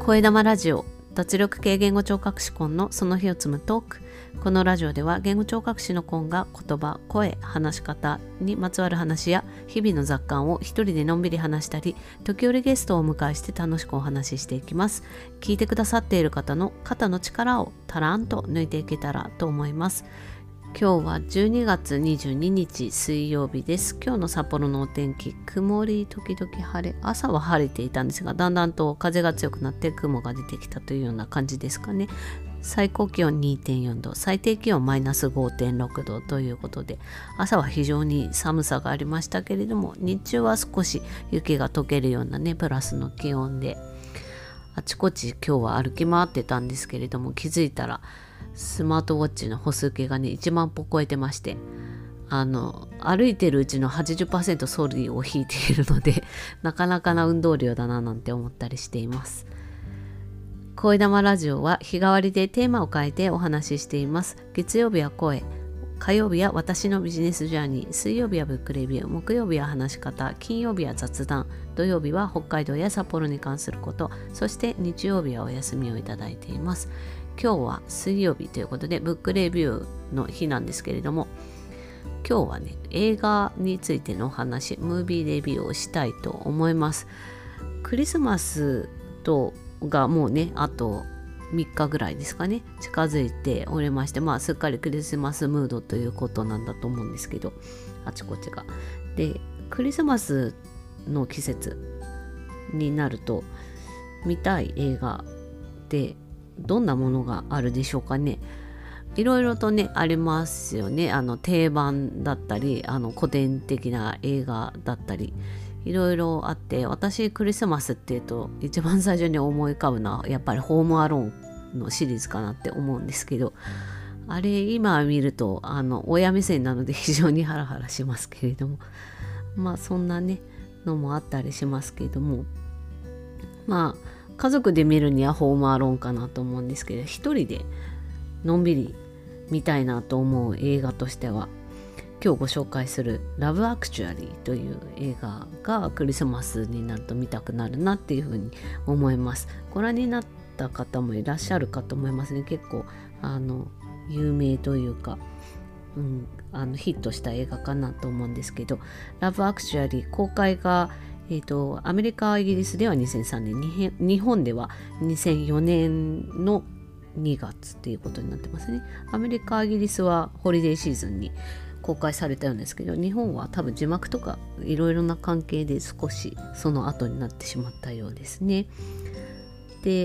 声玉ラジオ、脱力系言語聴覚士コンのその日を積むトーク。このラジオでは言語聴覚士のコンが言葉、声、話し方にまつわる話や日々の雑感を一人でのんびり話したり、時折ゲストをお迎えして楽しくお話ししていきます。聞いてくださっている方の肩の力をたらんと抜いていけたらと思います。今日は12月22日水曜日です。今日の札幌のお天気、曇り時々晴れ、朝は晴れていたんですが、だんだんと風が強くなって雲が出てきたというような感じですかね。最高気温 2.4 度、最低気温マイナス 5.6 度ということで、朝は非常に寒さがありましたけれども、日中は少し雪が溶けるようなね、プラスの気温で、あちこち今日は歩き回ってたんですけれども、気づいたらスマートウォッチの歩数計がね1万歩超えてまして、歩いてるうちの 80% ソリを引いているのでなかなかな運動量だななんて思ったりしています。声玉ラジオは日替わりでテーマを変えてお話ししています。月曜日は声、火曜日は私のビジネスジャーニー、水曜日はブックレビュー、木曜日は話し方、金曜日は雑談、土曜日は北海道や札幌に関すること、そして日曜日はお休みをいただいています。今日は水曜日ということでブックレビューの日なんですけれども、今日はね映画についてのお話、ムービーレビューをしたいと思います。クリスマスがもうねあと3日ぐらいですかね、近づいておりまして、すっかりクリスマスムードということなんだと思うんですけど、あちこちがでクリスマスの季節になると見たい映画でどんなものがあるでしょうかね。いろいろとねありますよね。定番だったり古典的な映画だったりいろいろあって、私クリスマスっていうと一番最初に思い浮かぶのはやっぱりホームアローンのシリーズかなって思うんですけど、あれ今見ると親目線なので非常にハラハラしますけれども、そんなねのもあったりしますけれども、家族で見るにはホームアローンかなと思うんですけど、一人でのんびり見たいなと思う映画としては、今日ご紹介するラブアクチュアリーという映画がクリスマスになると見たくなるなっていうふうに思います。ご覧になった方もいらっしゃるかと思いますね。結構有名というか、ヒットした映画かなと思うんですけど、ラブアクチュアリー公開がアメリカ、イギリスでは2003年、日本では2004年の2月っていうことになってますね。アメリカ、イギリスはホリデーシーズンに公開されたんですけど、日本は多分字幕とかいろいろな関係で少しその後になってしまったようですね。で、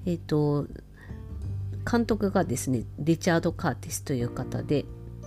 監督がですねリチャード・カーティスという方で、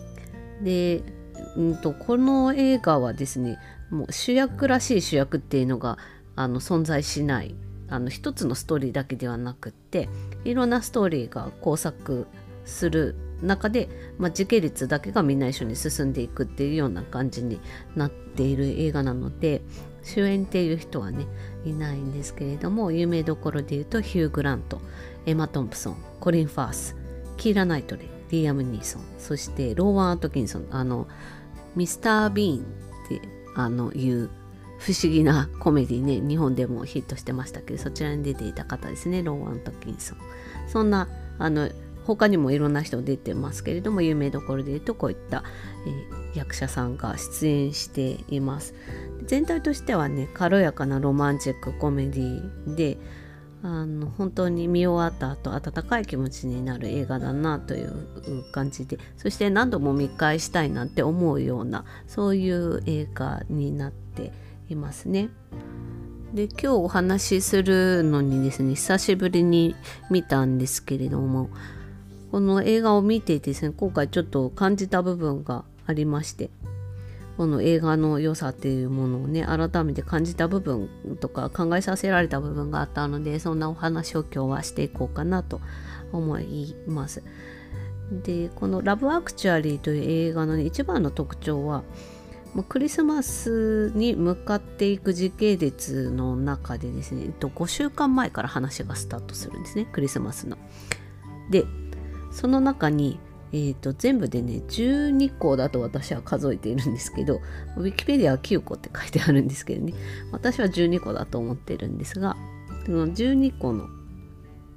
この映画はですね、もう主役らしい主役っていうのが存在しない、一つのストーリーだけではなくって、いろんなストーリーが交錯する中で、時系列だけがみんな一緒に進んでいくっていうような感じになっている映画なので、主演っていう人はねいないんですけれども、有名どころでいうとヒュー・グラント、エマ・トンプソン、コリン・ファース、キーラ・ナイトレイ、リアム・ニーソン、そしてローワン・アトキンソン、ミスター・ビーンっていう不思議なコメディね、日本でもヒットしてましたけど、そちらに出ていた方ですね、ローワン・アトキンソン。そんな他にもいろんな人出てますけれども、有名どころでいうとこういった、役者さんが出演しています。全体としてはね軽やかなロマンチックコメディで、本当に見終わった後温かい気持ちになる映画だなという感じで、そして何度も見返したいなって思うようなそういう映画になっていますね。で、今日お話しするのにですね、久しぶりに見たんですけれども、この映画を見ていてですね、今回ちょっと感じた部分がありまして、この映画の良さっていうものをね改めて感じた部分とか考えさせられた部分があったので、そんなお話を今日はしていこうかなと思います。で、このラブアクチュアリーという映画の、一番の特徴は、クリスマスに向かっていく時系列の中でですね、5週間前から話がスタートするんですね、クリスマスの。で、その中に全部でね12個だと私は数えているんですけど、ウィキペディアは9個って書いてあるんですけどね、私は12個だと思ってるんですが、その12個の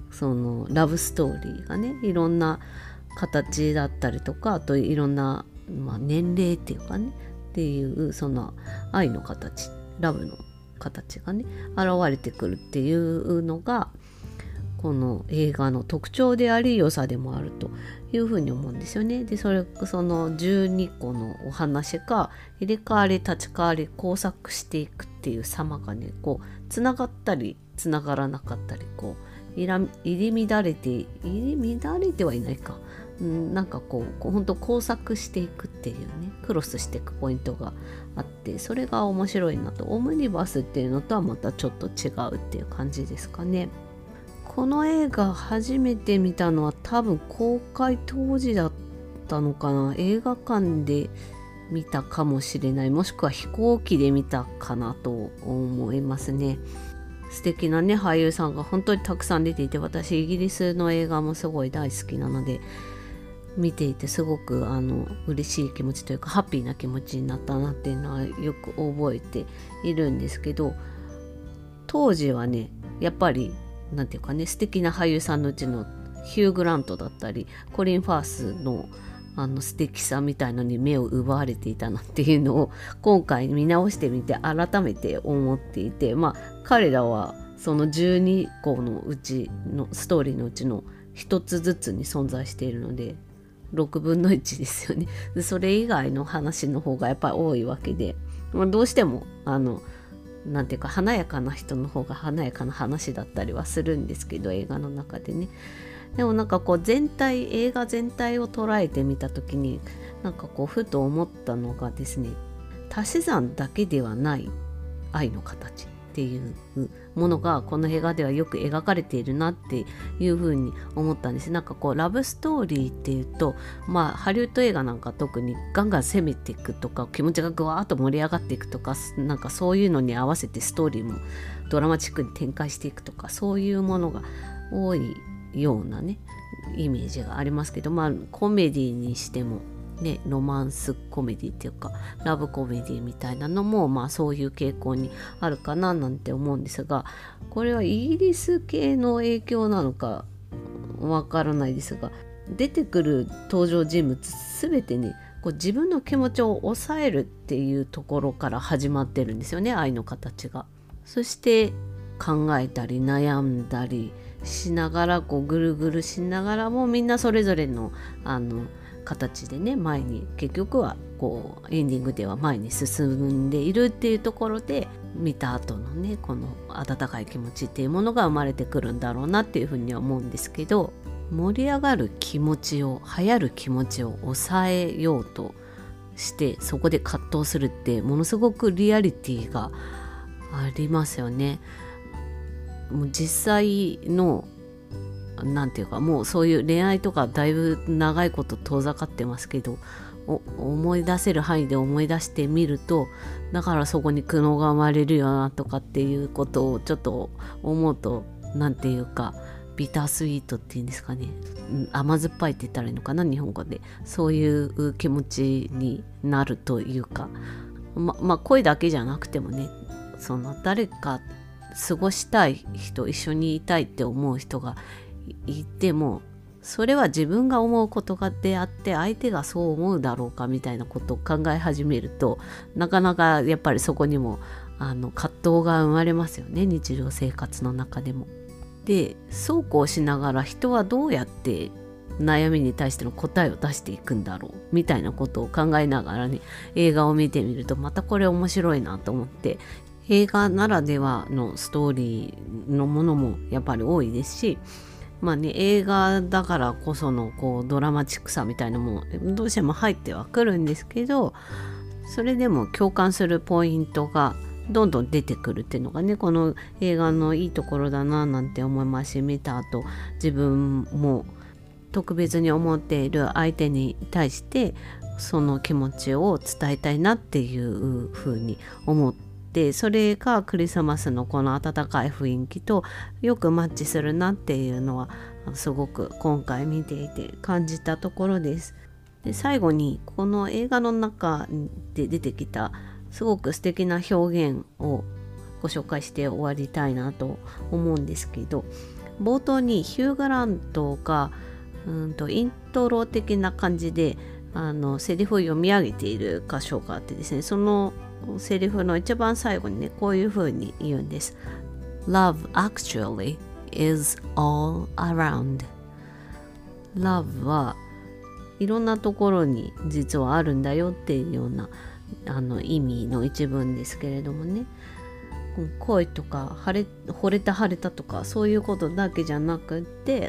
そのラブストーリーがねいろんな形だったりとか、あといろんな、年齢っていうかねっていうその愛の形、ラブの形がね現れてくるっていうのがこの映画の特徴であり良さでもあるというふうに思うんですよね。でその12個のお話が入れ替わり立ち替わり交錯していくっていう様がねこうつながったりつながらなかったり、こう入り乱れてはいないか、なんかこう本当交錯していくっていうね、クロスしていくポイントがあって、それが面白いなと。オムニバスっていうのとはまたちょっと違うっていう感じですかね。この映画初めて見たのは多分公開当時だったのかな。映画館で見たかもしれない、もしくは飛行機で見たかなと思いますね。素敵なね俳優さんが本当にたくさん出ていて、私イギリスの映画もすごい大好きなので見ていてすごく嬉しい気持ちというかハッピーな気持ちになったなっていうのはよく覚えているんですけど、当時はねやっぱりなんていうかね、素敵な俳優さんのうちのヒュー・グラントだったりコリン・ファースの素敵さみたいのに目を奪われていたなっていうのを今回見直してみて改めて思っていて、彼らはその12個のうちのストーリーのうちの一つずつに存在しているので6分の1ですよね。それ以外の話の方がやっぱり多いわけで、どうしてもなんていうか華やかな人の方が華やかな話だったりはするんですけど、映画の中でね。でもなんかこう映画全体を捉えてみた時になんかこうふと思ったのがですね、足し算だけではない愛の形っていうものがこの映画ではよく描かれているなっていうふうに思ったんです。なんかこうラブストーリーっていうとハリウッド映画なんか特にガンガン攻めていくとか気持ちがぐわーっと盛り上がっていくとか、なんかそういうのに合わせてストーリーもドラマチックに展開していくとか、そういうものが多いようなねイメージがありますけど、コメディにしてもね、ロマンスコメディっていうかラブコメディみたいなのもそういう傾向にあるかななんて思うんですが、これはイギリス系の影響なのかわからないですが、出てくる登場人物すべてねこう自分の気持ちを抑えるっていうところから始まってるんですよね、愛の形が。そして考えたり悩んだりしながらこうぐるぐるしながらもみんなそれぞれの形でね前に結局はこうエンディングでは前に進んでいるっていうところで見た後のねこの温かい気持ちっていうものが生まれてくるんだろうなっていうふうには思うんですけど、盛り上がる気持ちを流行る気持ちを抑えようとしてそこで葛藤するってものすごくリアリティがありますよね。もう実際のなんていうかもうそういう恋愛とかだいぶ長いこと遠ざかってますけど、思い出せる範囲で思い出してみると、だからそこに苦悩が生まれるよなとかっていうことをちょっと思うと、なんていうかビタースイートっていうんですかね、甘酸っぱいって言ったらいいのかな日本語で、そういう気持ちになるというか、恋だけじゃなくてもね、その誰か過ごしたい人、一緒にいたいって思う人がいてもそれは自分が思うことであって相手がそう思うだろうかみたいなことを考え始めると、なかなかやっぱりそこにも葛藤が生まれますよね、日常生活の中でも。でそうこうしながら人はどうやって悩みに対しての答えを出していくんだろうみたいなことを考えながらね映画を見てみるとまたこれ面白いなと思って、映画ならではのストーリーのものもやっぱり多いですし、映画だからこそのこうドラマチックさみたいなのもどうしても入ってはくるんですけど、それでも共感するポイントがどんどん出てくるっていうのがねこの映画のいいところだななんて思いますし、見た後自分も特別に思っている相手に対してその気持ちを伝えたいなっていうふうに思って、それがクリスマスのこの温かい雰囲気とよくマッチするなっていうのはすごく今回見ていて感じたところです。で最後にこの映画の中で出てきたすごく素敵な表現をご紹介して終わりたいなと思うんですけど、 冒頭にヒュー・グラントがイントロ的な感じでセリフを読み上げている箇所があってですね、そのセリフの一番最後にね、こういう風に言うんです。 Love actually is all around。 Love はいろんなところに実はあるんだよっていうような意味の一文ですけれどもね、恋とか惚れた晴れたとかそういうことだけじゃなくって、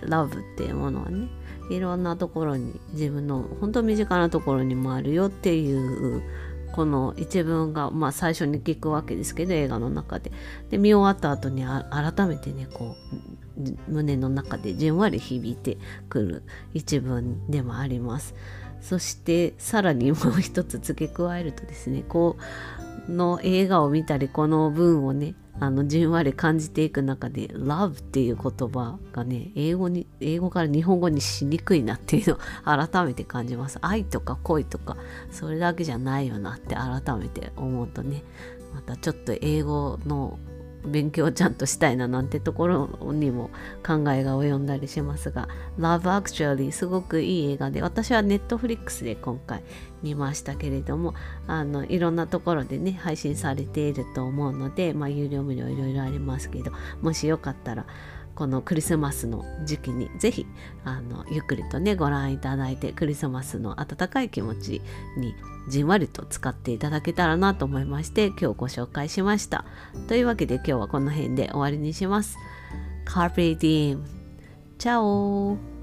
Love っていうものはね、いろんなところに、自分の本当身近なところにもあるよっていうこの一文が、最初に聞くわけですけど、映画の中で見終わった後に改めてね、こう胸の中でじんわり響いてくる一文でもあります。そしてさらにもう一つ付け加えるとですね、この映画を見たりこの文をねじんわり感じていく中で Love っていう言葉がね、英語から日本語にしにくいなっていうのを改めて感じます。愛とか恋とかそれだけじゃないよなって改めて思うとね、またちょっと英語の勉強をちゃんとしたいななんてところにも考えが及んだりしますが、 Love Actually すごくいい映画で、私はNetflixで今回見ましたけれども、いろんなところでね配信されていると思うので、有料無料いろいろありますけど、もしよかったらこのクリスマスの時期にぜひゆっくりとねご覧いただいて、クリスマスの温かい気持ちにじんわりと使っていただけたらなと思いまして、今日ご紹介しました。というわけで今日はこの辺で終わりにします。Carpe Diem。チャオ。